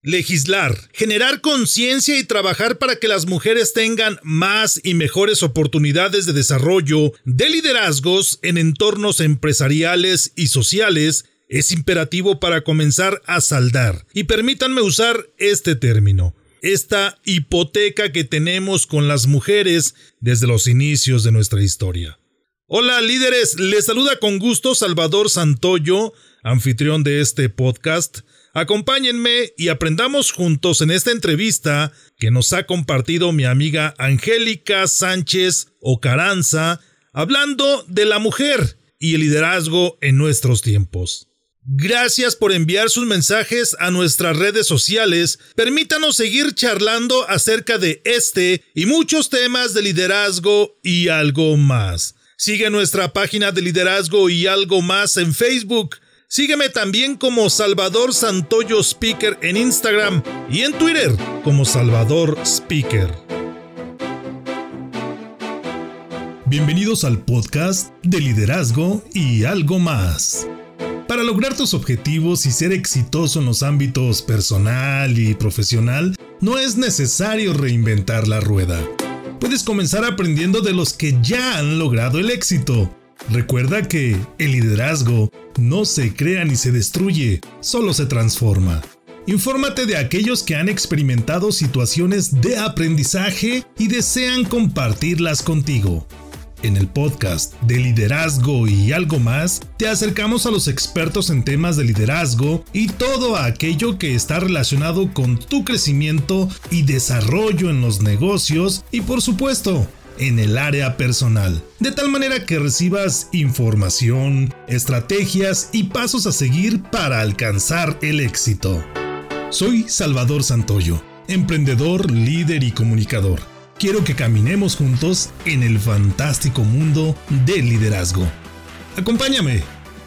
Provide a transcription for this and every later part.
Legislar, generar conciencia y trabajar para que las mujeres tengan más y mejores oportunidades de desarrollo de liderazgos en entornos empresariales y sociales es imperativo para comenzar a saldar. Y permítanme usar este término, esta hipoteca que tenemos con las mujeres desde los inicios de nuestra historia. Hola líderes, les saluda con gusto Salvador Santoyo, anfitrión de este podcast. Acompáñenme y aprendamos juntos en esta entrevista que nos ha compartido mi amiga Angélica Sánchez Ocaranza, hablando de la mujer y el liderazgo en nuestros tiempos. Gracias por enviar sus mensajes a nuestras redes sociales. Permítanos seguir charlando acerca de este y muchos temas de liderazgo y algo más. Sigue nuestra página de liderazgo y algo más en Facebook. Sígueme también como Salvador Santoyo Speaker en Instagram y en Twitter como Salvador Speaker. Bienvenidos al podcast de liderazgo y algo más. Para lograr tus objetivos y ser exitoso en los ámbitos personal y profesional, no es necesario reinventar la rueda. Puedes comenzar aprendiendo de los que ya han logrado el éxito. Recuerda que el liderazgo no se crea ni se destruye, solo se transforma. Infórmate de aquellos que han experimentado situaciones de aprendizaje y desean compartirlas contigo. En el podcast de liderazgo y algo más, te acercamos a los expertos en temas de liderazgo y todo aquello que está relacionado con tu crecimiento y desarrollo en los negocios y, por supuesto, en el área personal, de tal manera que recibas información, estrategias y pasos a seguir para alcanzar el éxito. Soy Salvador Santoyo, emprendedor, líder y comunicador. Quiero que caminemos juntos en el fantástico mundo del liderazgo. ¡Acompáñame!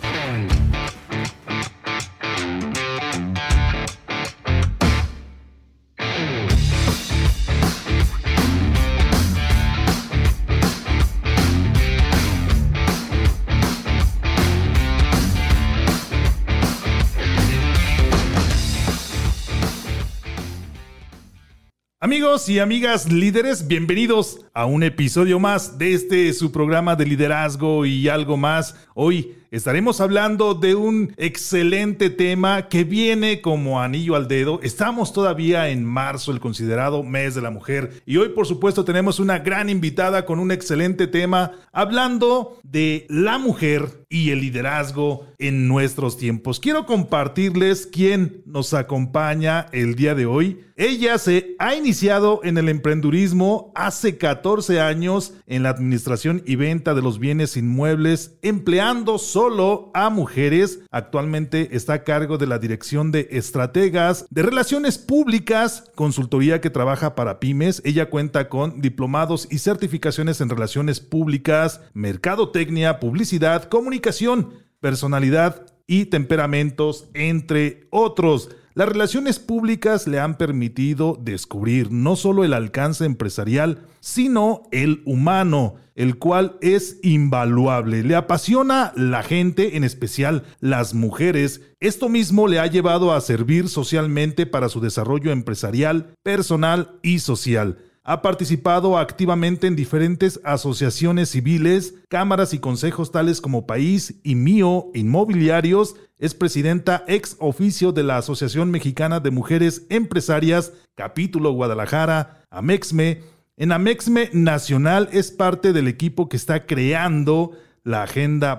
Amigos y amigas líderes, bienvenidos a un episodio más de su programa de liderazgo y algo más. Hoy estaremos hablando de un excelente tema que viene como anillo al dedo. Estamos todavía en marzo, el considerado mes de la mujer. Y hoy, por supuesto, tenemos una gran invitada con un excelente tema hablando de la mujer y el liderazgo en nuestros tiempos. Quiero compartirles quién nos acompaña el día de hoy. Ella se ha iniciado en el emprendurismo hace 14 años en la administración y venta de los bienes inmuebles, empleando solo a mujeres. Actualmente está a cargo de la dirección de estrategas de relaciones públicas, consultoría que trabaja para pymes. Ella cuenta con diplomados y certificaciones en relaciones públicas, mercadotecnia, publicidad, comunicación, personalidad y temperamentos, entre otros. Las relaciones públicas le han permitido descubrir no solo el alcance empresarial, sino el humano, el cual es invaluable. Le apasiona la gente, en especial las mujeres. Esto mismo le ha llevado a servir socialmente para su desarrollo empresarial, personal y social. Ha participado activamente en diferentes asociaciones civiles, cámaras y consejos tales como País y Mío Inmobiliarios. Es presidenta ex oficio de la Asociación Mexicana de Mujeres Empresarias, capítulo Guadalajara, AMEXME. En AMEXME Nacional es parte del equipo que está creando la Agenda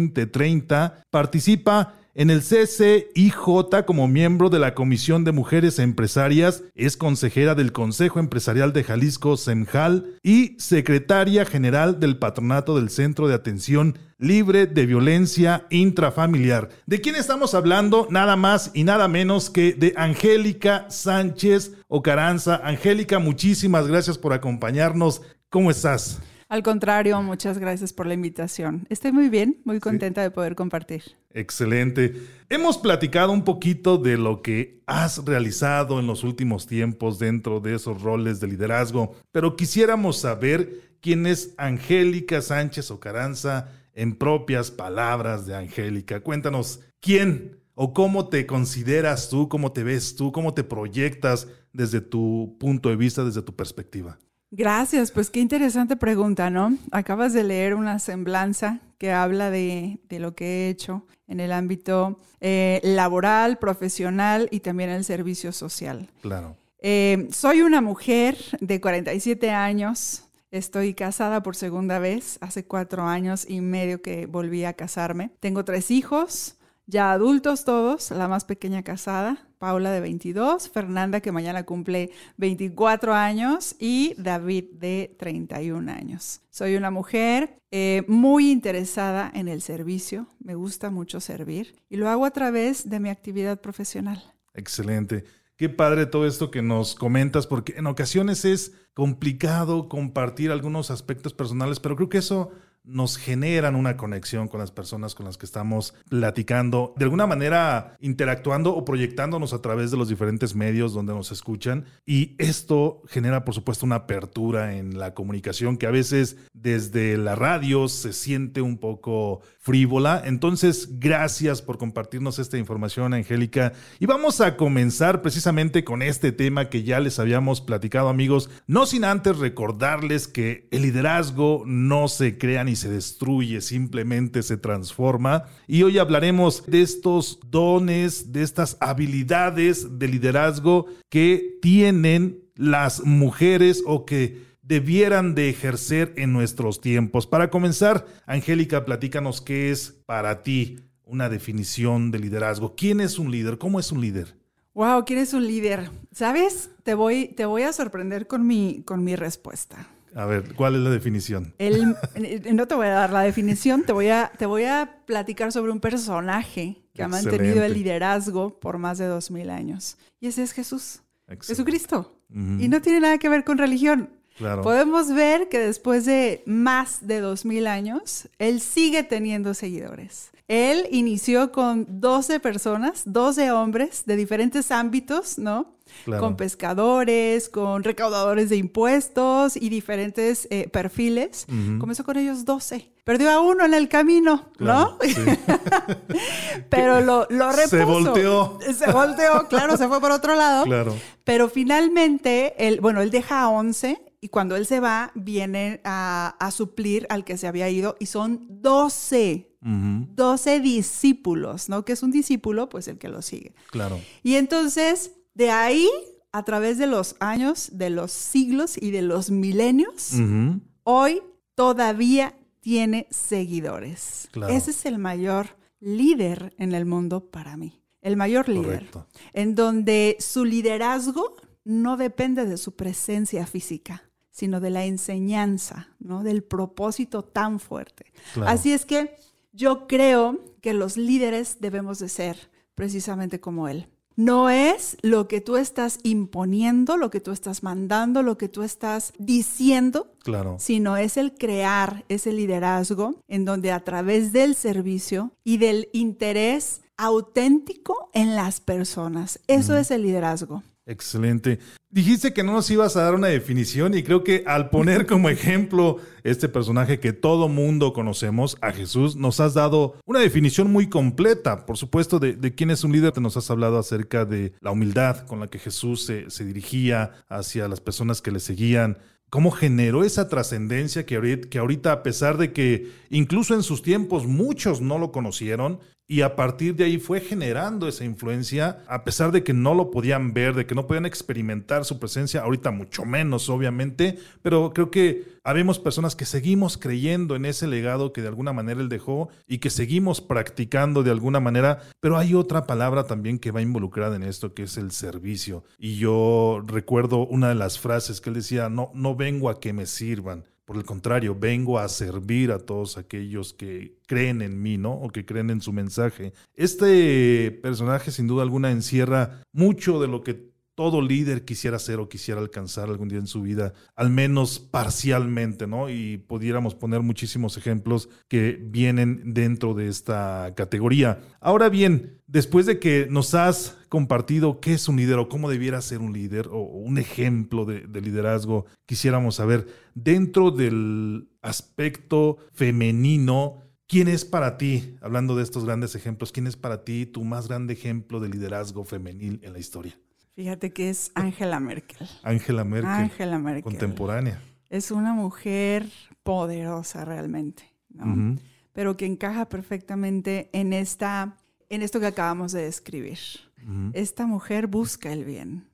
2030. Participa en el CCIJ como miembro de la Comisión de Mujeres Empresarias, es consejera del Consejo Empresarial de Jalisco, CEMJAL, y secretaria general del Patronato del Centro de Atención Libre de Violencia Intrafamiliar. ¿De quién estamos hablando? Nada más y nada menos que de Angélica Sánchez Ocaranza. Angélica, muchísimas gracias por acompañarnos. ¿Cómo estás? Al contrario, muchas gracias por la invitación. Estoy muy bien, muy contenta de poder compartir. Excelente. Hemos platicado un poquito de lo que has realizado en los últimos tiempos dentro de esos roles de liderazgo, pero quisiéramos saber quién es Angélica Sánchez Ocaranza en propias palabras de Angélica. Cuéntanos, ¿quién o cómo te consideras tú, cómo te ves tú, cómo te proyectas desde tu punto de vista, desde tu perspectiva. Gracias, pues qué interesante pregunta, ¿no? Acabas de leer una semblanza que habla de lo que he hecho en el ámbito laboral, profesional y también el servicio social. Claro. Soy una mujer de 47 años, estoy casada por segunda vez, hace 4 años y medio que volví a casarme. Tengo 3 hijos, ya adultos todos, la más pequeña casada, Paula de 22, Fernanda que mañana cumple 24 años y David de 31 años. Soy una mujer muy interesada en el servicio, me gusta mucho servir y lo hago a través de mi actividad profesional. Excelente. Qué padre todo esto que nos comentas, porque en ocasiones es complicado compartir algunos aspectos personales, pero creo que eso nos generan una conexión con las personas con las que estamos platicando, de alguna manera interactuando o proyectándonos a través de los diferentes medios donde nos escuchan. Y esto genera, por supuesto, una apertura en la comunicación que a veces desde la radio se siente un poco frívola. Entonces, gracias por compartirnos esta información, Angélica. Y vamos a comenzar precisamente con este tema que ya les habíamos platicado, amigos. No sin antes recordarles que el liderazgo no se crea ni se destruye, simplemente se transforma. Y hoy hablaremos de estos dones, de estas habilidades de liderazgo que tienen las mujeres o que debieran de ejercer en nuestros tiempos. Para comenzar, Angélica, platícanos qué es para ti una definición de liderazgo. ¿Quién es un líder? ¿Cómo es un líder? Wow, ¿quién es un líder? ¿Sabes? Te voy a sorprender con mi respuesta. A ver, ¿cuál es la definición? No te voy a dar la definición, te voy a platicar sobre un personaje que ha mantenido el liderazgo por más de 2000 años. Y ese es Jesús, Jesucristo. Uh-huh. Y no tiene nada que ver con religión. Claro. Podemos ver que después de más de 2000 años, Él sigue teniendo seguidores. Él inició con 12 personas, 12 hombres de diferentes ámbitos, ¿no? Claro. Con pescadores, con recaudadores de impuestos y diferentes perfiles. Uh-huh. Comenzó con ellos 12. Perdió a uno en el camino, claro, ¿no? Sí. Pero lo repuso. Se volteó, claro, se fue por otro lado. Claro. Pero finalmente, él deja a 11 y cuando él se va, viene a suplir al que se había ido y son 12. Uh-huh. 12 discípulos, ¿no? ¿Qué es un discípulo? Pues el que lo sigue. Claro. Y entonces, de ahí, a través de los años, de los siglos y de los milenios, uh-huh, hoy todavía tiene seguidores. Claro. Ese es el mayor líder en el mundo para mí. El mayor líder. Correcto. En donde su liderazgo no depende de su presencia física, sino de la enseñanza, ¿no? Del propósito tan fuerte. Claro. Así es que yo creo que los líderes debemos de ser precisamente como él. No es lo que tú estás imponiendo, lo que tú estás mandando, lo que tú estás diciendo, claro, sino es el crear ese liderazgo en donde a través del servicio y del interés auténtico en las personas. Eso es el liderazgo. Excelente. Dijiste que no nos ibas a dar una definición y creo que al poner como ejemplo este personaje que todo mundo conocemos, a Jesús, nos has dado una definición muy completa, por supuesto, de quién es un líder. Te nos has hablado acerca de la humildad con la que Jesús se dirigía hacia las personas que le seguían. ¿Cómo generó esa trascendencia que ahorita, a pesar de que incluso en sus tiempos muchos no lo conocieron, y a partir de ahí fue generando esa influencia, a pesar de que no lo podían ver, de que no podían experimentar su presencia, ahorita mucho menos, obviamente, pero creo que habemos personas que seguimos creyendo en ese legado que de alguna manera él dejó y que seguimos practicando de alguna manera, pero hay otra palabra también que va involucrada en esto, que es el servicio. Y yo recuerdo una de las frases que él decía, no vengo a que me sirvan. Por el contrario, vengo a servir a todos aquellos que creen en mí, ¿no? O que creen en su mensaje. Este personaje, sin duda alguna, encierra mucho de lo que todo líder quisiera ser o quisiera alcanzar algún día en su vida, al menos parcialmente, ¿no? Y pudiéramos poner muchísimos ejemplos que vienen dentro de esta categoría. Ahora bien, después de que nos has compartido qué es un líder o cómo debiera ser un líder o un ejemplo de liderazgo, quisiéramos saber, dentro del aspecto femenino, ¿Quién es para ti, hablando de estos grandes ejemplos, quién es para ti tu más grande ejemplo de liderazgo femenil en la historia? Fíjate que es Angela Merkel. Angela Merkel. Angela Merkel. Contemporánea. Es una mujer poderosa realmente, ¿no? Pero que encaja perfectamente en esto que acabamos de describir. Esta mujer busca el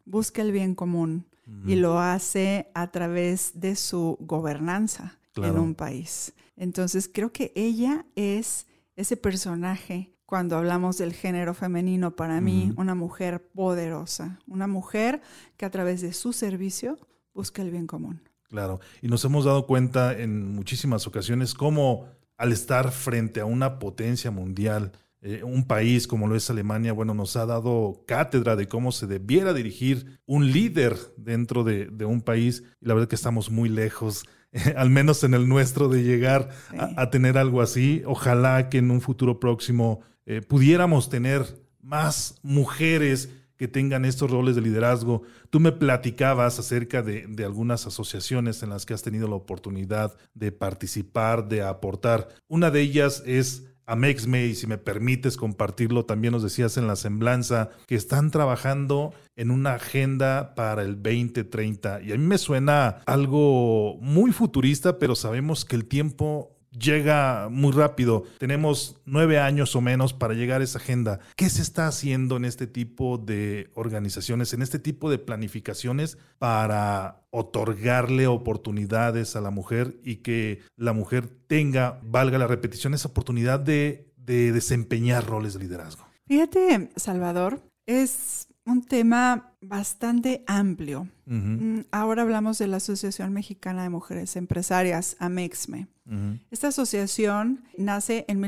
bien común y lo hace a través de su gobernanza en un país. Entonces creo que ella es ese personaje cuando hablamos del género femenino, para mí, una mujer poderosa, una mujer que a través de su servicio busca el bien común. Claro, y nos hemos dado cuenta en muchísimas ocasiones cómo al estar frente a una potencia mundial, un país como lo es Alemania, bueno, nos ha dado cátedra de cómo se debiera dirigir un líder dentro de un país, y la verdad es que estamos muy lejos, al menos en el nuestro, de llegar a tener algo así. Ojalá que en un futuro próximo pudiéramos tener más mujeres que tengan estos roles de liderazgo. Tú me platicabas acerca de algunas asociaciones en las que has tenido la oportunidad de participar, de aportar. Una de ellas es Amexme, y si me permites compartirlo, también nos decías en la semblanza que están trabajando en una agenda para el 2030. Y a mí me suena algo muy futurista, pero sabemos que el tiempo llega muy rápido. Tenemos 9 años o menos para llegar a esa agenda. ¿Qué se está haciendo en este tipo de organizaciones, en este tipo de planificaciones para otorgarle oportunidades a la mujer y que la mujer tenga, valga la repetición, esa oportunidad de desempeñar roles de liderazgo? Fíjate, Salvador, es un tema bastante amplio. Ahora hablamos de la Asociación Mexicana de Mujeres Empresarias, Amexme. Esta asociación nace en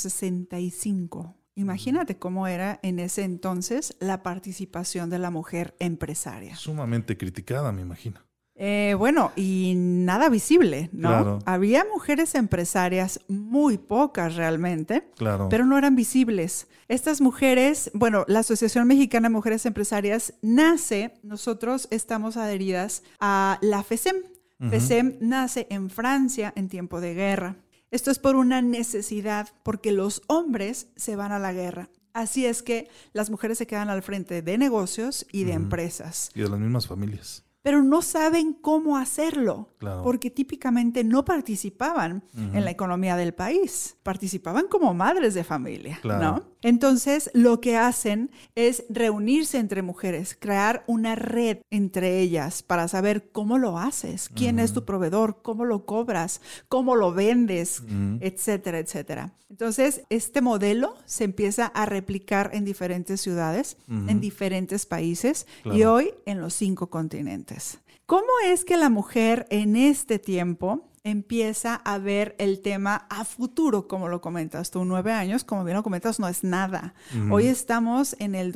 1965. Imagínate cómo era en ese entonces la participación de la mujer empresaria. Sumamente criticada, me imagino. Bueno, y nada visible, ¿no? Claro. Había mujeres empresarias, muy pocas realmente, claro, pero no eran visibles. Estas mujeres, bueno, la Asociación Mexicana de Mujeres Empresarias nace, nosotros estamos adheridas a la FESEM. FESEM nace en Francia en tiempo de guerra. Esto es por una necesidad, porque los hombres se van a la guerra. Así es que las mujeres se quedan al frente de negocios y de empresas. Y de las mismas familias. Pero no saben cómo hacerlo, claro, porque típicamente no participaban en la economía del país. Participaban como madres de familia, claro, ¿no? Entonces, lo que hacen es reunirse entre mujeres, crear una red entre ellas para saber cómo lo haces, quién es tu proveedor, cómo lo cobras, cómo lo vendes, etcétera, etcétera. Entonces, este modelo se empieza a replicar en diferentes ciudades, en diferentes países, claro, y hoy en los 5 continentes. ¿Cómo es que la mujer en este tiempo empieza a ver el tema a futuro, como lo comentas tú? 9 años, como bien lo comentas, no es nada. Hoy estamos en el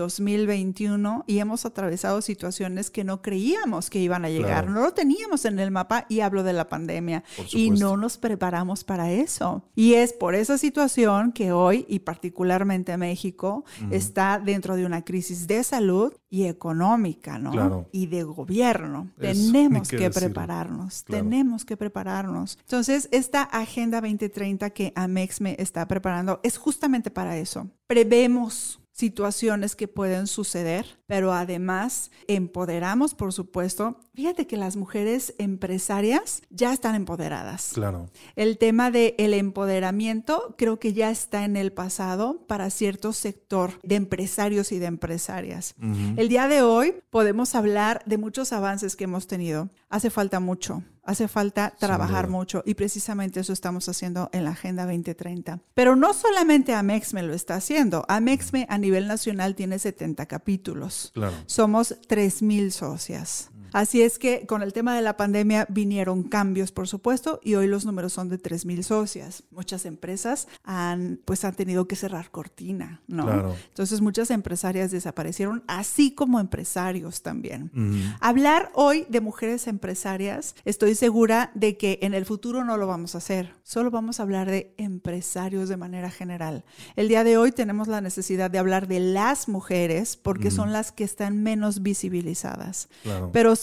2021 y hemos atravesado situaciones que no creíamos que iban a llegar. Claro. No lo teníamos en el mapa, y hablo de la pandemia, y no nos preparamos para eso. Y es por esa situación que hoy, y particularmente México, está dentro de una crisis de salud y económica, ¿no? Claro. Y de gobierno. Tenemos que prepararnos, tenemos que prepararnos. Entonces, esta Agenda 2030 que Amexme está preparando es justamente para eso. Prevemos situaciones que pueden suceder, pero además empoderamos, por supuesto. Fíjate que las mujeres empresarias ya están empoderadas. Claro. El tema del empoderamiento creo que ya está en el pasado para cierto sector de empresarios y de empresarias. El día de hoy podemos hablar de muchos avances que hemos tenido. Hace falta mucho. Hace falta trabajar mucho, y precisamente eso estamos haciendo en la Agenda 2030. Pero no solamente Amexme lo está haciendo. Amexme a nivel nacional tiene 70 capítulos. Claro. Somos 3,000 socias. Así es que con el tema de la pandemia vinieron cambios, por supuesto, y hoy los números son de 3,000 socias. Muchas empresas han tenido que cerrar cortina, ¿no? Claro. Entonces muchas empresarias desaparecieron, así como empresarios también. Hablar hoy de mujeres empresarias, estoy segura de que en el futuro no lo vamos a hacer. Solo vamos a hablar de empresarios de manera general. El día de hoy tenemos la necesidad de hablar de las mujeres porque son las que están menos visibilizadas. Claro. Pero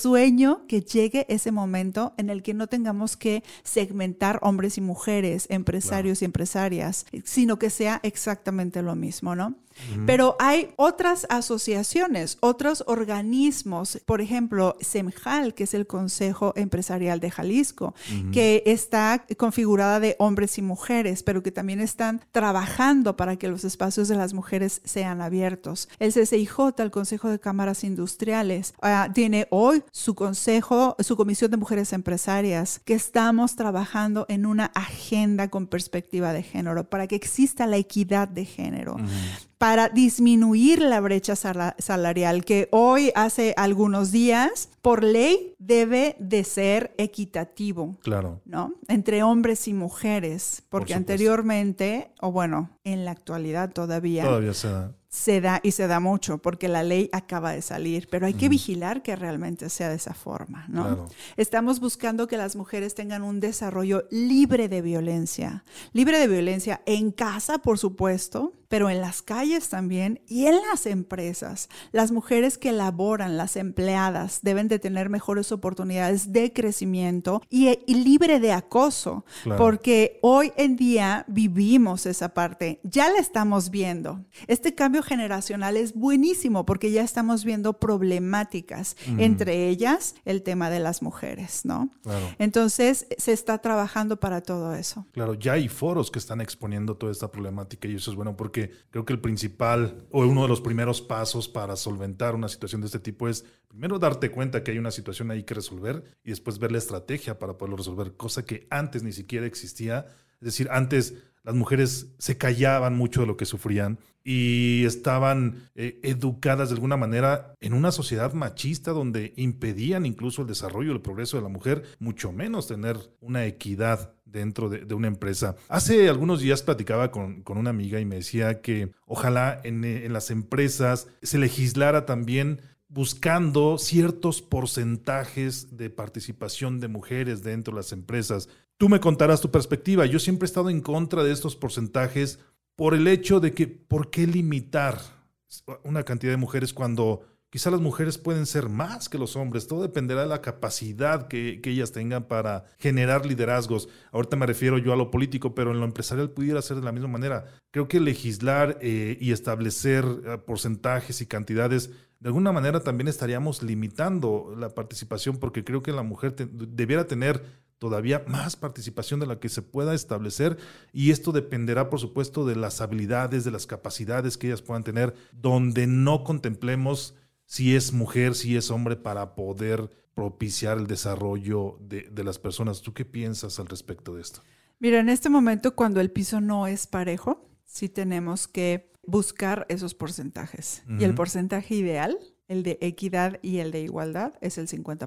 sueño que llegue ese momento en el que no tengamos que segmentar hombres y mujeres, empresarios y empresarias, sino que sea exactamente lo mismo, ¿no? Pero hay otras asociaciones, otros organismos, por ejemplo, CEMJAL, que es el Consejo Empresarial de Jalisco, que está configurada de hombres y mujeres, pero que también están trabajando para que los espacios de las mujeres sean abiertos. El CCIJ, el Consejo de Cámaras Industriales, tiene hoy su consejo, su Comisión de Mujeres Empresarias, que estamos trabajando en una agenda con perspectiva de género para que exista la equidad de género. Para disminuir la brecha salarial que hoy, hace algunos días, por ley debe de ser equitativo. Claro. ¿No? Entre hombres y mujeres, porque anteriormente, o bueno, en la actualidad todavía se da y se da mucho porque la ley acaba de salir, pero hay que vigilar que realmente sea de esa forma, ¿no? Claro. Estamos buscando que las mujeres tengan un desarrollo libre de violencia en casa, por supuesto, pero en las calles también y en las empresas. Las mujeres que laboran, las empleadas, deben de tener mejores oportunidades de crecimiento y libre de acoso, porque hoy en día vivimos esa parte, ya la estamos viendo. Este cambio generacional es buenísimo porque ya estamos viendo problemáticas, entre ellas el tema de las mujeres, ¿no? Claro. Entonces se está trabajando para todo eso. Claro, ya hay foros que están exponiendo toda esta problemática y eso es bueno porque creo que el principal o uno de los primeros pasos para solventar una situación de este tipo es primero darte cuenta que hay una situación ahí que resolver y después ver la estrategia para poderlo resolver, cosa que antes ni siquiera existía. Es decir, antes las mujeres se callaban mucho de lo que sufrían y estaban educadas de alguna manera en una sociedad machista donde impedían incluso el desarrollo, el progreso de la mujer, mucho menos tener una equidad dentro de una empresa. Hace algunos días platicaba con una amiga y me decía que ojalá en las empresas se legislara también buscando ciertos porcentajes de participación de mujeres dentro de las empresas. Tú me contarás tu perspectiva. Yo siempre he estado en contra de estos porcentajes por el hecho de que ¿por qué limitar una cantidad de mujeres cuando quizá las mujeres pueden ser más que los hombres? Todo dependerá de la capacidad que ellas tengan para generar liderazgos. Ahorita me refiero yo a lo político, pero en lo empresarial pudiera ser de la misma manera. Creo que legislar y establecer porcentajes y cantidades, de alguna manera también estaríamos limitando la participación, porque creo que la mujer debiera tener todavía más participación de la que se pueda establecer, y esto dependerá, por supuesto, de las habilidades, de las capacidades que ellas puedan tener, donde no contemplemos si es mujer, si es hombre, para poder propiciar el desarrollo de las personas. ¿Tú qué piensas al respecto de esto? Mira, en este momento, cuando el piso no es parejo, sí tenemos que buscar esos porcentajes. Y el porcentaje ideal, el de equidad y el de igualdad, es el 50%.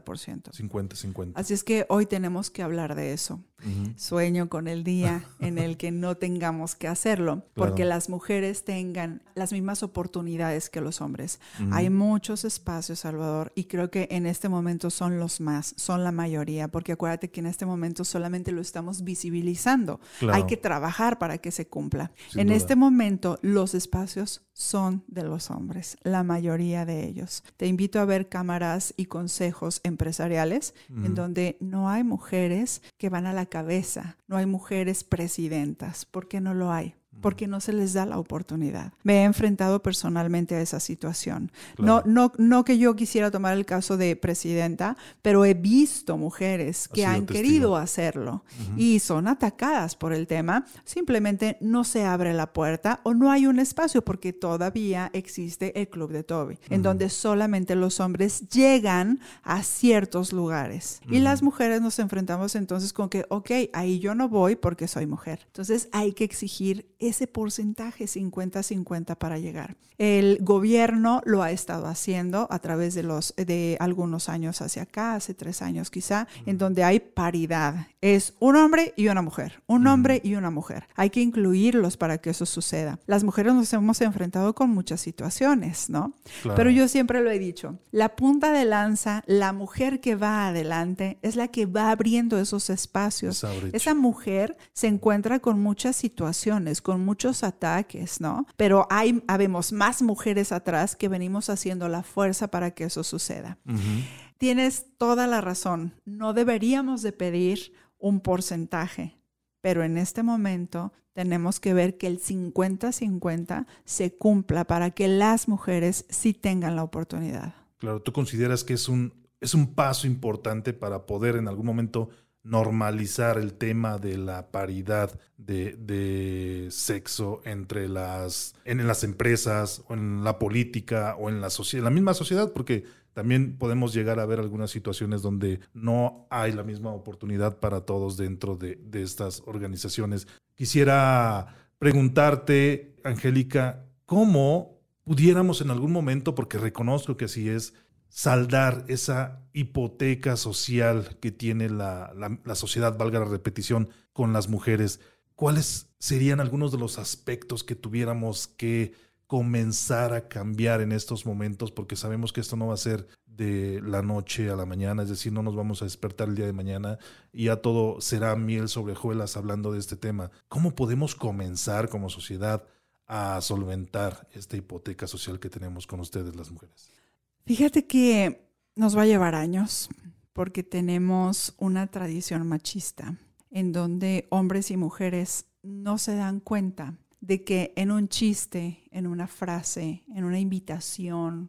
50-50. Así es que hoy tenemos que hablar de eso. Sueño con el día en el que no tengamos que hacerlo, porque las mujeres tengan las mismas oportunidades que los hombres. Hay muchos espacios, Salvador, y creo que en este momento son la mayoría, porque acuérdate que en este momento solamente lo estamos visibilizando. Claro. Hay que trabajar para que se cumpla. En este momento los espacios son de los hombres, la mayoría de ellos. Te invito a ver cámaras y consejos empresariales en donde no hay mujeres que van a la cabeza, no hay mujeres presidentas. ¿Por qué no lo hay? Porque no se les da la oportunidad. Me he enfrentado personalmente a esa situación. Claro. No que yo quisiera tomar el caso de presidenta, pero he visto mujeres que han querido hacerlo y son atacadas por el tema. Simplemente no se abre la puerta o no hay un espacio, porque todavía existe el Club de Toby, en donde solamente los hombres llegan a ciertos lugares. Y las mujeres nos enfrentamos entonces con que, ok, ahí yo no voy porque soy mujer. Entonces hay que exigir ese porcentaje 50-50 para llegar. El gobierno lo ha estado haciendo a través de algunos años hacia acá, hace 3 años quizá, en donde hay paridad. Es un hombre y una mujer, un hombre y una mujer. Hay que incluirlos para que eso suceda. Las mujeres nos hemos enfrentado con muchas situaciones, ¿no? Claro. Pero yo siempre lo he dicho, la punta de lanza, la mujer que va adelante, es la que va abriendo esos espacios. Esa mujer se encuentra con muchas situaciones, con muchos ataques, ¿no? Pero habemos más mujeres atrás que venimos haciendo la fuerza para que eso suceda. Tienes toda la razón. No deberíamos de pedir un porcentaje, pero en este momento tenemos que ver que el 50-50 se cumpla para que las mujeres sí tengan la oportunidad. Claro, ¿tú consideras que es un paso importante para poder en algún momento normalizar el tema de la paridad de sexo en las empresas o en la política o en la misma sociedad? Porque también podemos llegar a ver algunas situaciones donde no hay la misma oportunidad para todos dentro de estas organizaciones. Quisiera preguntarte, Angélica, ¿cómo pudiéramos en algún momento, porque reconozco que así es, saldar esa hipoteca social que tiene la sociedad, valga la repetición, con las mujeres? ¿Cuáles serían algunos de los aspectos que tuviéramos que comenzar a cambiar en estos momentos? Porque sabemos que esto no va a ser de la noche a la mañana, es decir, no nos vamos a despertar el día de mañana y ya todo será miel sobre hojuelas hablando de este tema. ¿Cómo podemos comenzar como sociedad a solventar esta hipoteca social que tenemos con ustedes, las mujeres? Fíjate que nos va a llevar años porque tenemos una tradición machista en donde hombres y mujeres no se dan cuenta de que en un chiste, en una frase, en una invitación,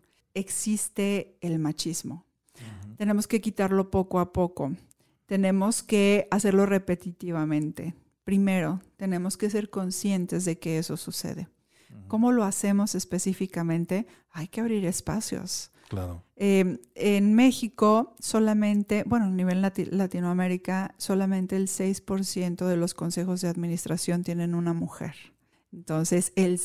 existe el machismo. Uh-huh. Tenemos que quitarlo poco a poco. Tenemos que hacerlo repetitivamente. Primero, tenemos que ser conscientes de que eso sucede. Uh-huh. ¿Cómo lo hacemos específicamente? Hay que abrir espacios. Claro. En México solamente, a nivel Latinoamérica, solamente el 6% de los consejos de administración tienen una mujer. Entonces, el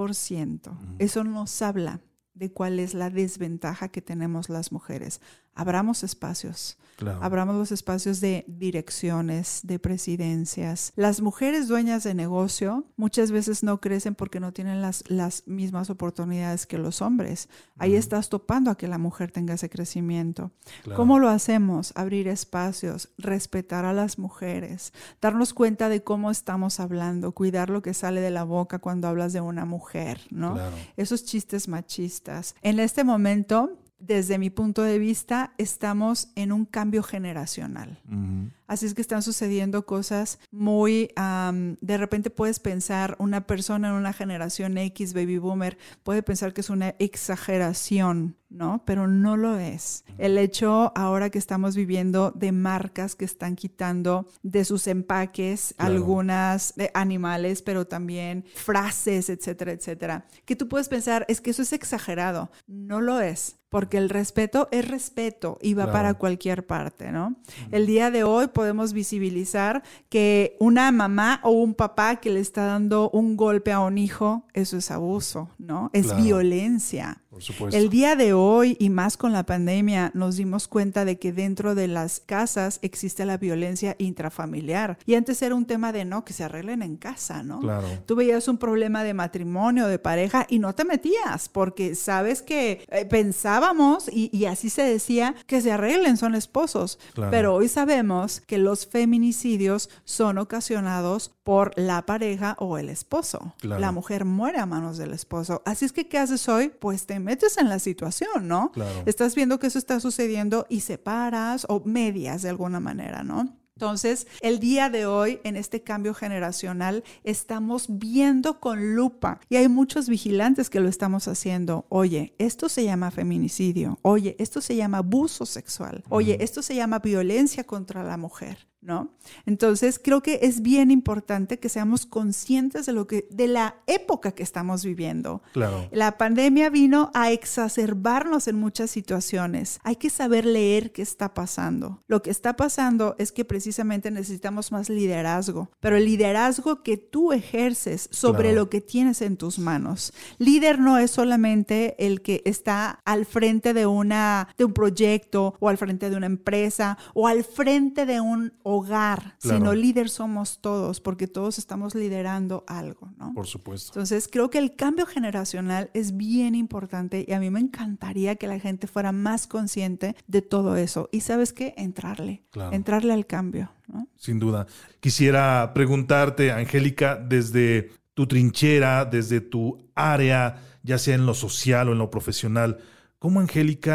6%. Uh-huh. Eso nos habla de cuál es la desventaja que tenemos las mujeres. Abramos espacios. Claro. Abramos los espacios de direcciones, de presidencias. Las mujeres dueñas de negocio muchas veces no crecen porque no tienen las mismas oportunidades que los hombres. Ahí estás topando a que la mujer tenga ese crecimiento. Claro. ¿Cómo lo hacemos? Abrir espacios, respetar a las mujeres, darnos cuenta de cómo estamos hablando, cuidar lo que sale de la boca cuando hablas de una mujer, ¿no? Claro. Esos chistes machistas. En este momento, desde mi punto de vista, estamos en un cambio generacional. Uh-huh. Así es que están sucediendo cosas muy... de repente puedes pensar, una persona en una generación X, baby boomer, puede pensar que es una exageración, ¿no? Pero no lo es. El hecho ahora que estamos viviendo de marcas que están quitando de sus empaques, claro, algunas de animales, pero también frases, etcétera, etcétera, que tú puedes pensar, es que eso es exagerado. No lo es. Porque el respeto es respeto y va, claro, para cualquier parte, ¿no? Uh-huh. El día de hoy podemos visibilizar que una mamá o un papá que le está dando un golpe a un hijo, eso es abuso, ¿no? Es, claro, violencia. Por supuesto. El día de hoy, y más con la pandemia, nos dimos cuenta de que dentro de las casas existe la violencia intrafamiliar. Y antes era un tema de que se arreglen en casa, ¿no? Claro. Tú veías un problema de matrimonio, de pareja, y no te metías, porque sabes que pensábamos, y así se decía, que se arreglen, son esposos. Claro. Pero hoy sabemos que los feminicidios son ocasionados por la pareja o el esposo. Claro. La mujer muere a manos del esposo. Así es que, ¿qué haces hoy? Pues te metes en la situación, ¿no? Claro. Estás viendo que eso está sucediendo y separas o medias de alguna manera, ¿no? Entonces, el día de hoy, en este cambio generacional, estamos viendo con lupa y hay muchos vigilantes que lo estamos haciendo. Oye, esto se llama feminicidio. Oye, esto se llama abuso sexual. Oye, esto se llama violencia contra la mujer, ¿no? Entonces, creo que es bien importante que seamos conscientes de la época que estamos viviendo. Claro. La pandemia vino a exacerbarnos en muchas situaciones. Hay que saber leer qué está pasando. Lo que está pasando es que precisamente necesitamos más liderazgo, pero el liderazgo que tú ejerces sobre, claro, lo que tienes en tus manos. Líder no es solamente el que está al frente de un proyecto o al frente de una empresa o al frente de un hogar, claro, sino líder somos todos, porque todos estamos liderando algo, ¿no? Por supuesto. Entonces, creo que el cambio generacional es bien importante y a mí me encantaría que la gente fuera más consciente de todo eso. Y ¿sabes qué? Entrarle al cambio, ¿no? Sin duda. Quisiera preguntarte, Angélica, desde tu trinchera, desde tu área, ya sea en lo social o en lo profesional, ¿cómo, Angélica,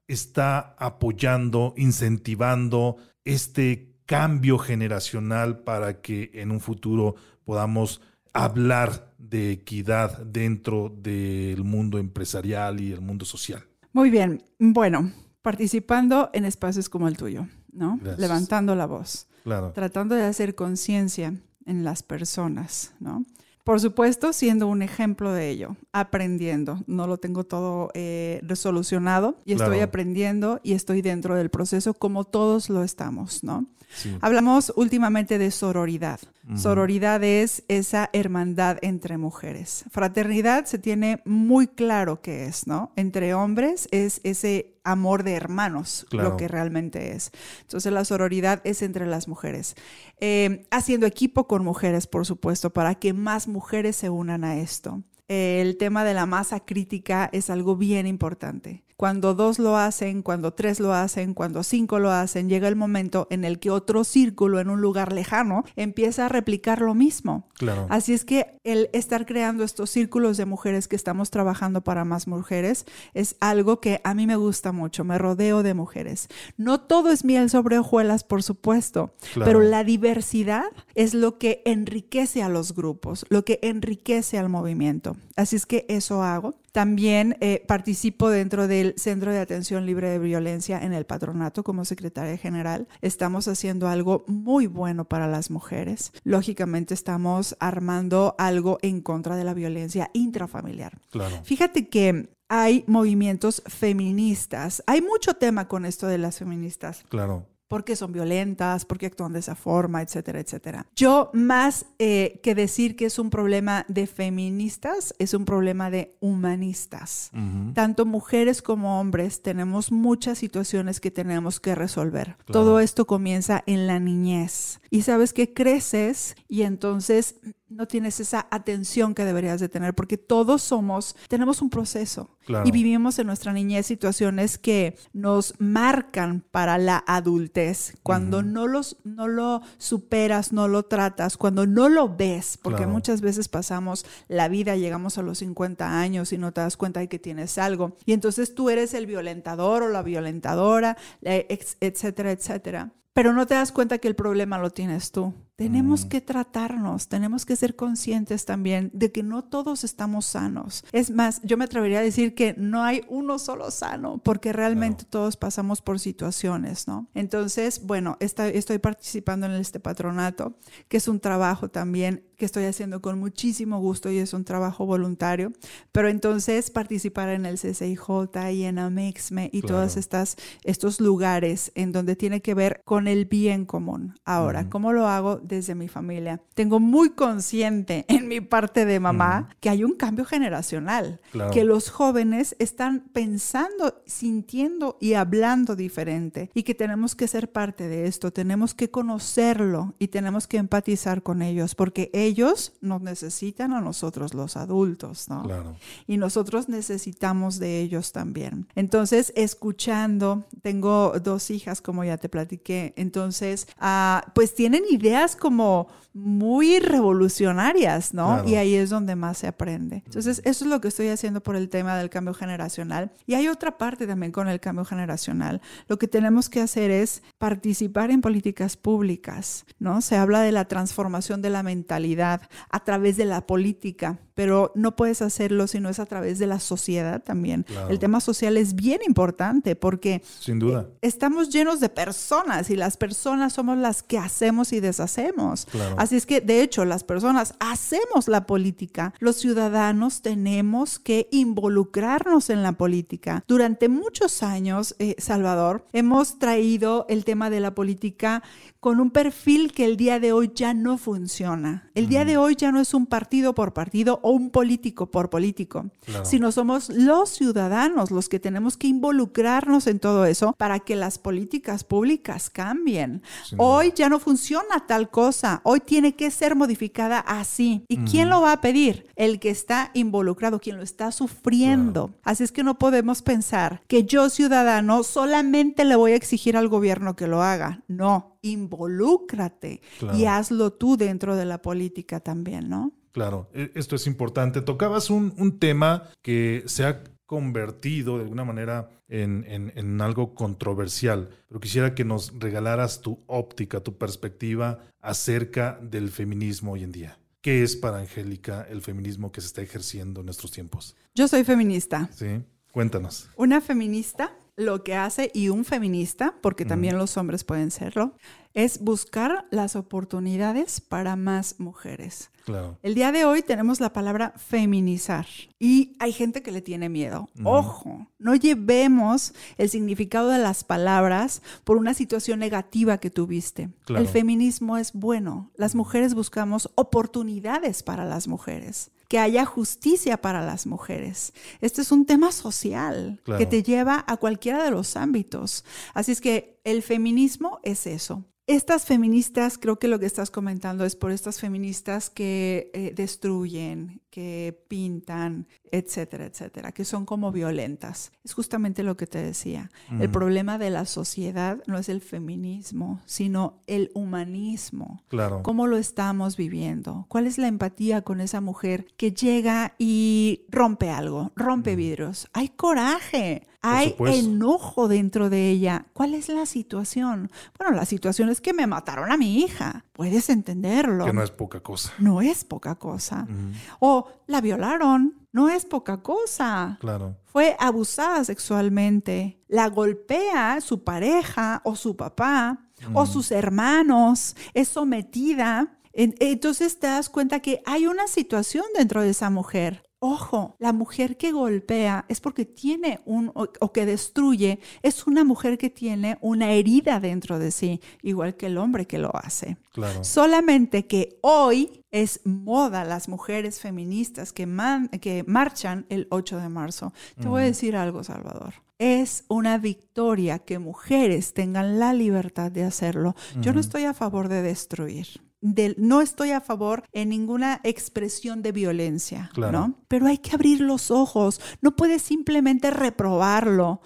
está apoyando, incentivando este cambio generacional para que en un futuro podamos hablar de equidad dentro del mundo empresarial y el mundo social? Muy bien. Bueno, participando en espacios como el tuyo, ¿no? Gracias. Levantando la voz. Claro. Tratando de hacer conciencia en las personas, ¿no? Por supuesto, siendo un ejemplo de ello, aprendiendo. No lo tengo todo resolucionado y estoy aprendiendo y estoy dentro del proceso como todos lo estamos, ¿no? Sí. Hablamos últimamente de sororidad. Sororidad es esa hermandad entre mujeres. Fraternidad se tiene muy claro qué es, ¿no? Entre hombres es ese amor de hermanos, lo que realmente es. Entonces la sororidad es entre las mujeres. Haciendo equipo con mujeres, por supuesto, para que más mujeres se unan a esto. El tema de la masa crítica es algo bien importante. Cuando 2 lo hacen, cuando 3 lo hacen, cuando 5 lo hacen, llega el momento en el que otro círculo en un lugar lejano empieza a replicar lo mismo. Claro. Así es que el estar creando estos círculos de mujeres que estamos trabajando para más mujeres es algo que a mí me gusta mucho. Me rodeo de mujeres. No todo es miel sobre hojuelas, por supuesto, pero la diversidad es lo que enriquece a los grupos, lo que enriquece al movimiento. Así es que eso hago. También participo dentro del Centro de Atención Libre de Violencia en el patronato como secretaria general. Estamos haciendo algo muy bueno para las mujeres. Lógicamente estamos armando algo en contra de la violencia intrafamiliar. Claro. Fíjate que hay movimientos feministas. Hay mucho tema con esto de las feministas. Claro. ¿Por qué son violentas? ¿Por qué actúan de esa forma? Etcétera, etcétera. Yo más que decir que es un problema de feministas, es un problema de humanistas. Tanto mujeres como hombres tenemos muchas situaciones que tenemos que resolver. Claro. Todo esto comienza en la niñez. Y sabes que creces y entonces no tienes esa atención que deberías de tener porque todos tenemos un proceso. Claro. Y vivimos en nuestra niñez situaciones que nos marcan para la adultez. Cuando no lo superas, no lo tratas, cuando no lo ves, porque muchas veces pasamos la vida, llegamos a los 50 años y no te das cuenta de que tienes algo. Y entonces tú eres el violentador o la violentadora, etcétera, etcétera. Pero no te das cuenta que el problema lo tienes tú. Tenemos que tratarnos, tenemos que ser conscientes también de que no todos estamos sanos. Es más, yo me atrevería a decir que no hay uno solo sano, porque realmente todos pasamos por situaciones, ¿no? Entonces, bueno, estoy participando en este patronato, que es un trabajo también que estoy haciendo con muchísimo gusto y es un trabajo voluntario. Pero entonces participar en el CCIJ y en Amexme y todos estos lugares en donde tiene que ver con el bien común. Ahora, ¿cómo lo hago? Desde mi familia. Tengo muy consciente en mi parte de mamá que hay un cambio generacional, que los jóvenes están pensando, sintiendo y hablando diferente y que tenemos que ser parte de esto, tenemos que conocerlo y tenemos que empatizar con ellos porque ellos nos necesitan a nosotros los adultos, ¿no? Claro. Y nosotros necesitamos de ellos también. Entonces, escuchando, tengo 2 hijas como ya te platiqué, entonces pues tienen ideas como muy revolucionarias, ¿no? Claro. Y ahí es donde más se aprende. Entonces, eso es lo que estoy haciendo por el tema del cambio generacional. Y hay otra parte también con el cambio generacional. Lo que tenemos que hacer es participar en políticas públicas, ¿no? Se habla de la transformación de la mentalidad a través de la política, pero no puedes hacerlo si no es a través de la sociedad también. Claro. El tema social es bien importante porque sin duda estamos llenos de personas y las personas somos las que hacemos y deshacemos. Claro. Así es que, de hecho, las personas hacemos la política. Los ciudadanos tenemos que involucrarnos en la política. Durante muchos años, Salvador, hemos traído el tema de la política con un perfil que el día de hoy ya no funciona. El día de hoy ya no es un partido por partido o un político por político, sino somos los ciudadanos los que tenemos que involucrarnos en todo eso para que las políticas públicas cambien. Hoy ya no funciona tal cosa, hoy tiene que ser modificada así. ¿Y quién lo va a pedir? El que está involucrado, quien lo está sufriendo. Así es que no podemos pensar que yo, ciudadano, solamente le voy a exigir al gobierno que lo haga. No, involúcrate y hazlo tú dentro de la política también, ¿no? Claro, esto es importante. Tocabas un tema que se ha convertido de alguna manera en algo controversial, pero quisiera que nos regalaras tu óptica, tu perspectiva acerca del feminismo hoy en día. ¿Qué es para Angélica el feminismo que se está ejerciendo en nuestros tiempos? Yo soy feminista. Sí, cuéntanos. Una feminista lo que hace, y un feminista, porque también los hombres pueden serlo, es buscar las oportunidades para más mujeres. Claro. El día de hoy tenemos la palabra feminizar y hay gente que le tiene miedo. Ojo, no llevemos el significado de las palabras por una situación negativa que tuviste. Claro. El feminismo es bueno. Las mujeres buscamos oportunidades para las mujeres. Que haya justicia para las mujeres. Este es un tema social que te lleva a cualquiera de los ámbitos. Así es que el feminismo es eso. Estas feministas, creo que lo que estás comentando es por estas feministas que destruyen, que pintan, etcétera, etcétera, que son como violentas. Es justamente lo que te decía. El problema de la sociedad no es el feminismo, sino el humanismo. Claro. ¿Cómo lo estamos viviendo? ¿Cuál es la empatía con esa mujer que llega y rompe algo, rompe vidrios? Hay coraje. Hay enojo dentro de ella. ¿Cuál es la situación? Bueno, la situación es que me mataron a mi hija. Puedes entenderlo. Que no es poca cosa. No es poca cosa. O la violaron. No es poca cosa. Claro. Fue abusada sexualmente. La golpea su pareja o su papá o sus hermanos. Es sometida. Entonces te das cuenta que hay una situación dentro de esa mujer. Ojo, la mujer que golpea es porque tiene o que destruye, es una mujer que tiene una herida dentro de sí, igual que el hombre que lo hace. Claro. Solamente que hoy es moda las mujeres feministas que marchan el 8 de marzo. Te voy a decir algo, Salvador. Es una victoria que mujeres tengan la libertad de hacerlo. Yo no estoy a favor de destruir. No estoy a favor en ninguna expresión de violencia, claro. ¿no? Pero hay que abrir los ojos. No puedes simplemente reprobarlo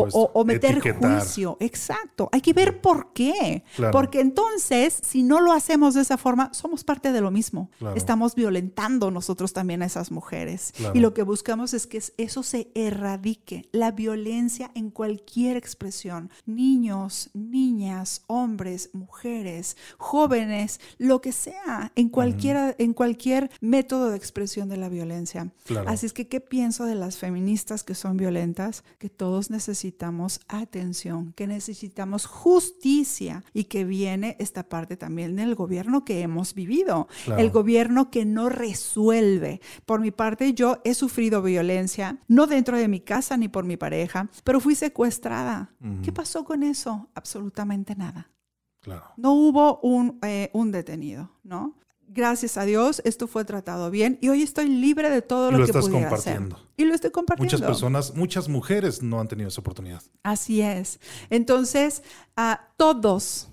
o meter juicio. Exacto. Hay que ver por qué. Claro. Porque entonces, si no lo hacemos de esa forma, somos parte de lo mismo. Claro. Estamos violentando nosotros también a esas mujeres. Claro. Y lo que buscamos es que eso se erradique. La violencia en cualquier expresión. Niños, niñas, hombres, mujeres, jóvenes, lo que sea, en cualquier método de expresión de la violencia. Claro. Así es que, ¿qué pienso de las feministas que son violentas? Que todos necesitamos atención, que necesitamos justicia y que viene esta parte también del gobierno que hemos vivido. Claro. El gobierno que no resuelve. Por mi parte, yo he sufrido violencia, no dentro de mi casa ni por mi pareja, pero fui secuestrada. ¿Qué pasó con eso? Absolutamente nada. Claro. No hubo un detenido, ¿no? Gracias a Dios, esto fue tratado bien y hoy estoy libre de todo lo que pudiera hacer. Y lo estoy compartiendo. Muchas personas, muchas mujeres no han tenido esa oportunidad. Así es. Entonces, todos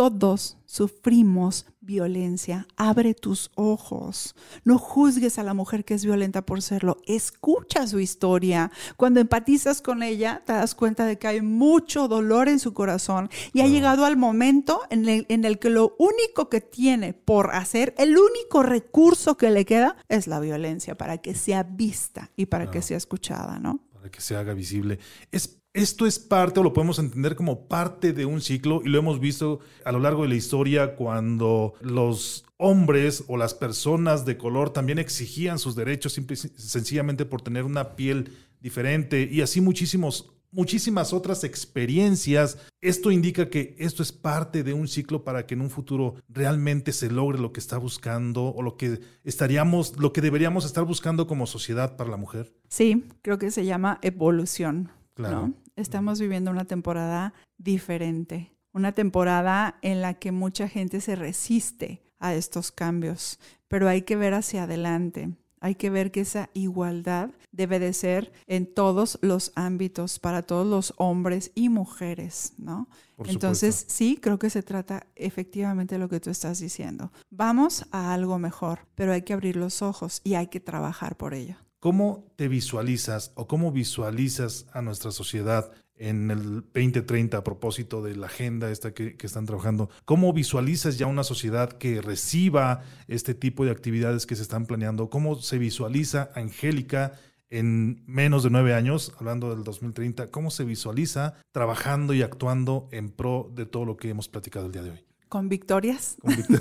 sufrimos violencia. Abre tus ojos. No juzgues a la mujer que es violenta por serlo. Escucha su historia. Cuando empatizas con ella, te das cuenta de que hay mucho dolor en su corazón y ha llegado al momento en el que lo único que tiene por hacer, el único recurso que le queda es la violencia para que sea vista y para que sea escuchada, ¿no? Para que se haga visible. Esto es parte, o lo podemos entender como parte de un ciclo, y lo hemos visto a lo largo de la historia cuando los hombres o las personas de color también exigían sus derechos sencillamente por tener una piel diferente, y así muchísimas otras experiencias. Esto indica que esto es parte de un ciclo para que en un futuro realmente se logre lo que está buscando o lo que deberíamos estar buscando como sociedad para la mujer. Sí, creo que se llama evolución. Claro. ¿No? Estamos viviendo una temporada diferente, una temporada en la que mucha gente se resiste a estos cambios, pero hay que ver hacia adelante. Hay que ver que esa igualdad debe de ser en todos los ámbitos, para todos los hombres y mujeres, ¿no? Entonces, sí, creo que se trata efectivamente de lo que tú estás diciendo. Vamos a algo mejor, pero hay que abrir los ojos y hay que trabajar por ello. ¿Cómo te visualizas o cómo visualizas a nuestra sociedad en el 2030 a propósito de la agenda esta que están trabajando? ¿Cómo visualizas ya una sociedad que reciba este tipo de actividades que se están planeando? ¿Cómo se visualiza Angélica en menos de 9 años, hablando del 2030, ¿cómo se visualiza trabajando y actuando en pro de todo lo que hemos platicado el día de hoy? Con victorias.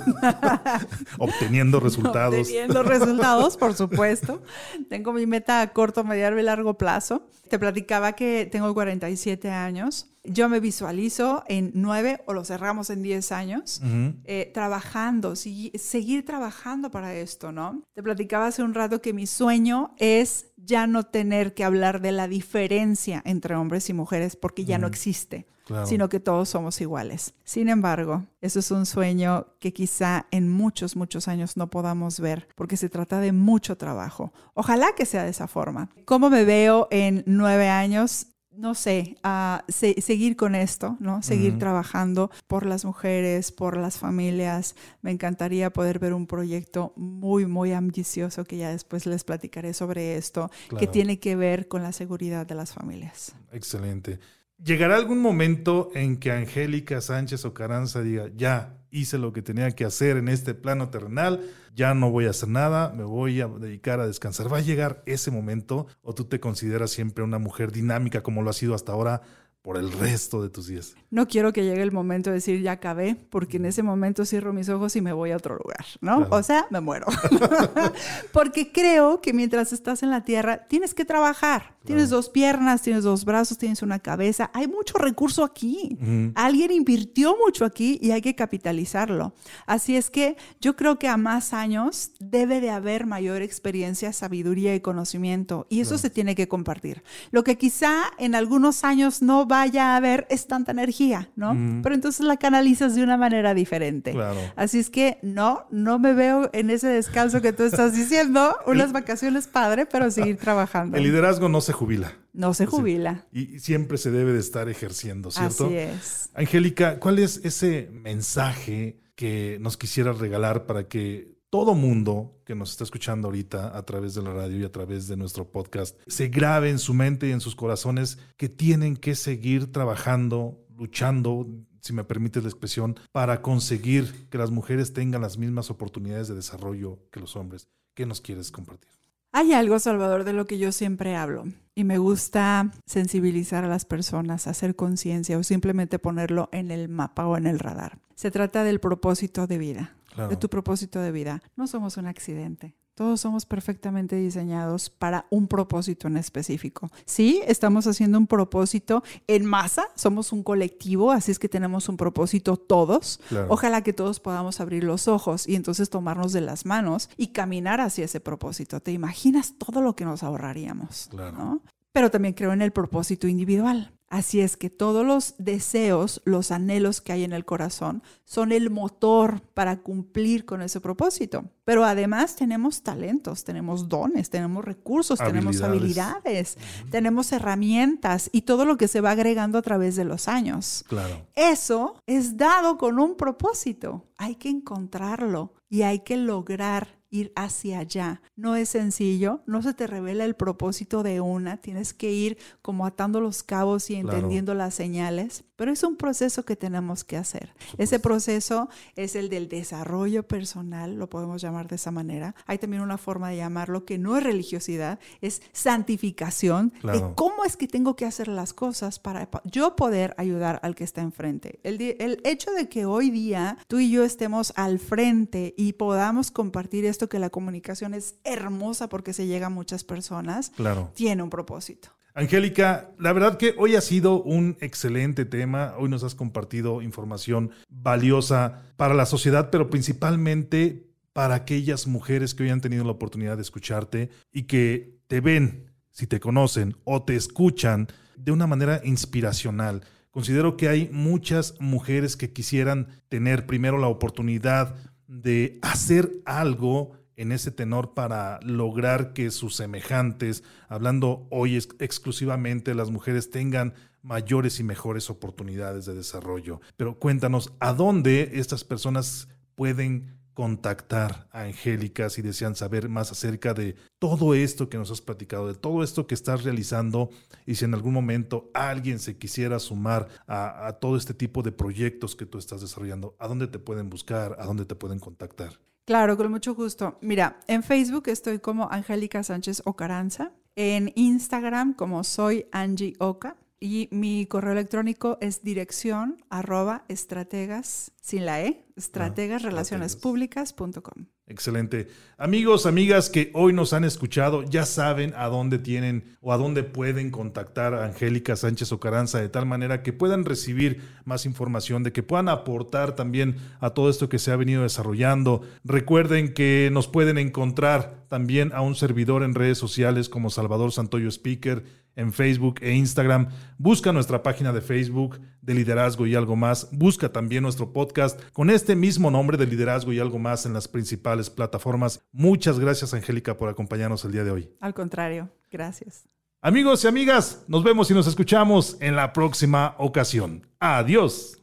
Obteniendo resultados. Obteniendo resultados, por supuesto. Tengo mi meta a corto, mediano y largo plazo. Te platicaba que tengo 47 años. Yo me visualizo en 9 o lo cerramos en 10 años, trabajando, seguir trabajando para esto, ¿no? Te platicaba hace un rato que mi sueño es ya no tener que hablar de la diferencia entre hombres y mujeres porque ya no existe. Claro. Sino que todos somos iguales. Sin embargo, eso es un sueño que quizá en muchos, muchos años no podamos ver porque se trata de mucho trabajo. Ojalá que sea de esa forma. ¿Cómo me veo en 9 años? No sé, seguir con esto, ¿no? Seguir trabajando por las mujeres, por las familias. Me encantaría poder ver un proyecto muy, muy ambicioso que ya después les platicaré sobre esto, claro, que tiene que ver con la seguridad de las familias. Excelente. ¿Llegará algún momento en que Angélica Sánchez Ocaranza diga, ya hice lo que tenía que hacer en este plano terrenal, ya no voy a hacer nada, me voy a dedicar a descansar? ¿Va a llegar ese momento o tú te consideras siempre una mujer dinámica como lo has sido hasta ahora por el resto de tus días? No quiero que llegue el momento de decir ya acabé, porque en ese momento cierro mis ojos y me voy a otro lugar, ¿no? Claro. O sea, me muero. Porque creo que mientras estás en la tierra tienes que trabajar. Claro. Tienes 2 piernas, tienes 2 brazos, tienes una cabeza. Hay mucho recurso aquí. Alguien invirtió mucho aquí y hay que capitalizarlo. Así es que yo creo que a más años debe de haber mayor experiencia, sabiduría y conocimiento. Y eso claro, se tiene que compartir. Lo que quizá en algunos años no vaya a haber es tanta energía, ¿no? Pero entonces la canalizas de una manera diferente. Claro. Así es que no me veo en ese descanso que tú estás diciendo, unas vacaciones padre, pero seguir trabajando. El liderazgo no se jubila. No se jubila. Y siempre se debe de estar ejerciendo, ¿cierto? Así es. Angélica, ¿cuál es ese mensaje que nos quisieras regalar para que todo mundo que nos está escuchando ahorita a través de la radio y a través de nuestro podcast se grabe en su mente y en sus corazones que tienen que seguir trabajando, luchando, si me permites la expresión, para conseguir que las mujeres tengan las mismas oportunidades de desarrollo que los hombres? ¿Qué nos quieres compartir? Hay algo, Salvador, de lo que yo siempre hablo y me gusta sensibilizar a las personas, hacer conciencia o simplemente ponerlo en el mapa o en el radar. Se trata del propósito de vida, claro, de tu propósito de vida. No somos un accidente. Todos somos perfectamente diseñados para un propósito en específico. Sí, estamos haciendo un propósito en masa, somos un colectivo, así es que tenemos un propósito todos. Claro. Ojalá que todos podamos abrir los ojos y entonces tomarnos de las manos y caminar hacia ese propósito. ¿Te imaginas todo lo que nos ahorraríamos? Claro. ¿No? Pero también creo en el propósito individual. Así es que todos los deseos, los anhelos que hay en el corazón son el motor para cumplir con ese propósito. Pero además tenemos talentos, tenemos dones, tenemos recursos, tenemos habilidades, tenemos herramientas y todo lo que se va agregando a través de los años. Claro. Eso es dado con un propósito. Hay que encontrarlo y hay que lograr ir hacia allá. No es sencillo, no se te revela el propósito de una, tienes que ir como atando los cabos y entendiendo las señales, pero es un proceso que tenemos que hacer. Ese proceso es el del desarrollo personal, lo podemos llamar de esa manera. Hay también una forma de llamarlo que no es religiosidad, es santificación de cómo es que tengo que hacer las cosas para yo poder ayudar al que está enfrente. El hecho de que hoy día tú y yo estemos al frente y podamos compartir esto, que la comunicación es hermosa porque se llega a muchas personas, tiene un propósito. Angélica, la verdad que hoy ha sido un excelente tema. Hoy nos has compartido información valiosa para la sociedad, pero principalmente para aquellas mujeres que hoy han tenido la oportunidad de escucharte y que te ven, si te conocen o te escuchan de una manera inspiracional. Considero que hay muchas mujeres que quisieran tener primero la oportunidad de hacer algo en ese tenor para lograr que sus semejantes, hablando hoy exclusivamente, las mujeres tengan mayores y mejores oportunidades de desarrollo. Pero cuéntanos, ¿a dónde estas personas pueden contactar a Angélica si desean saber más acerca de todo esto que nos has platicado, de todo esto que estás realizando, y si en algún momento alguien se quisiera sumar a todo este tipo de proyectos que tú estás desarrollando? ¿A dónde te pueden buscar? ¿A dónde te pueden contactar? Claro, con mucho gusto. Mira, en Facebook estoy como Angélica Sánchez Ocaranza. En Instagram como soy Angie Oca. Y mi correo electrónico es dirección@estrategas, sin la E, estrategasrelacionespublicas.com. Excelente. Amigos, amigas que hoy nos han escuchado, ya saben a dónde tienen o a dónde pueden contactar a Angélica Sánchez Ocaranza de tal manera que puedan recibir más información, de que puedan aportar también a todo esto que se ha venido desarrollando. Recuerden que nos pueden encontrar también a un servidor en redes sociales como Salvador Santoyo Speaker, en Facebook e Instagram. Busca nuestra página de Facebook de Liderazgo y Algo Más. Busca también nuestro podcast con este mismo nombre de Liderazgo y Algo Más en las principales plataformas. Muchas gracias, Angélica, por acompañarnos el día de hoy. Al contrario, gracias. Amigos y amigas, nos vemos y nos escuchamos en la próxima ocasión. Adiós.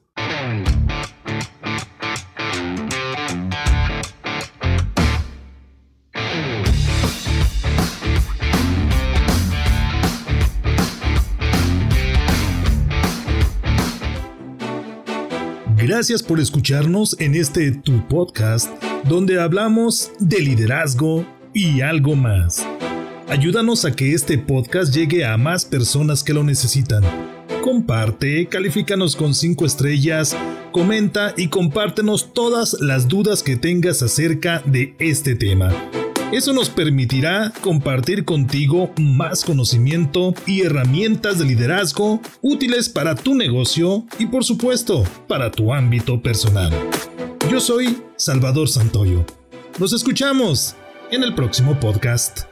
Gracias por escucharnos en este Tu Podcast, donde hablamos de liderazgo y algo más. Ayúdanos a que este podcast llegue a más personas que lo necesitan. Comparte, califícanos con 5 estrellas, comenta y compártenos todas las dudas que tengas acerca de este tema. Eso nos permitirá compartir contigo más conocimiento y herramientas de liderazgo útiles para tu negocio y, por supuesto, para tu ámbito personal. Yo soy Salvador Santoyo. Nos escuchamos en el próximo podcast.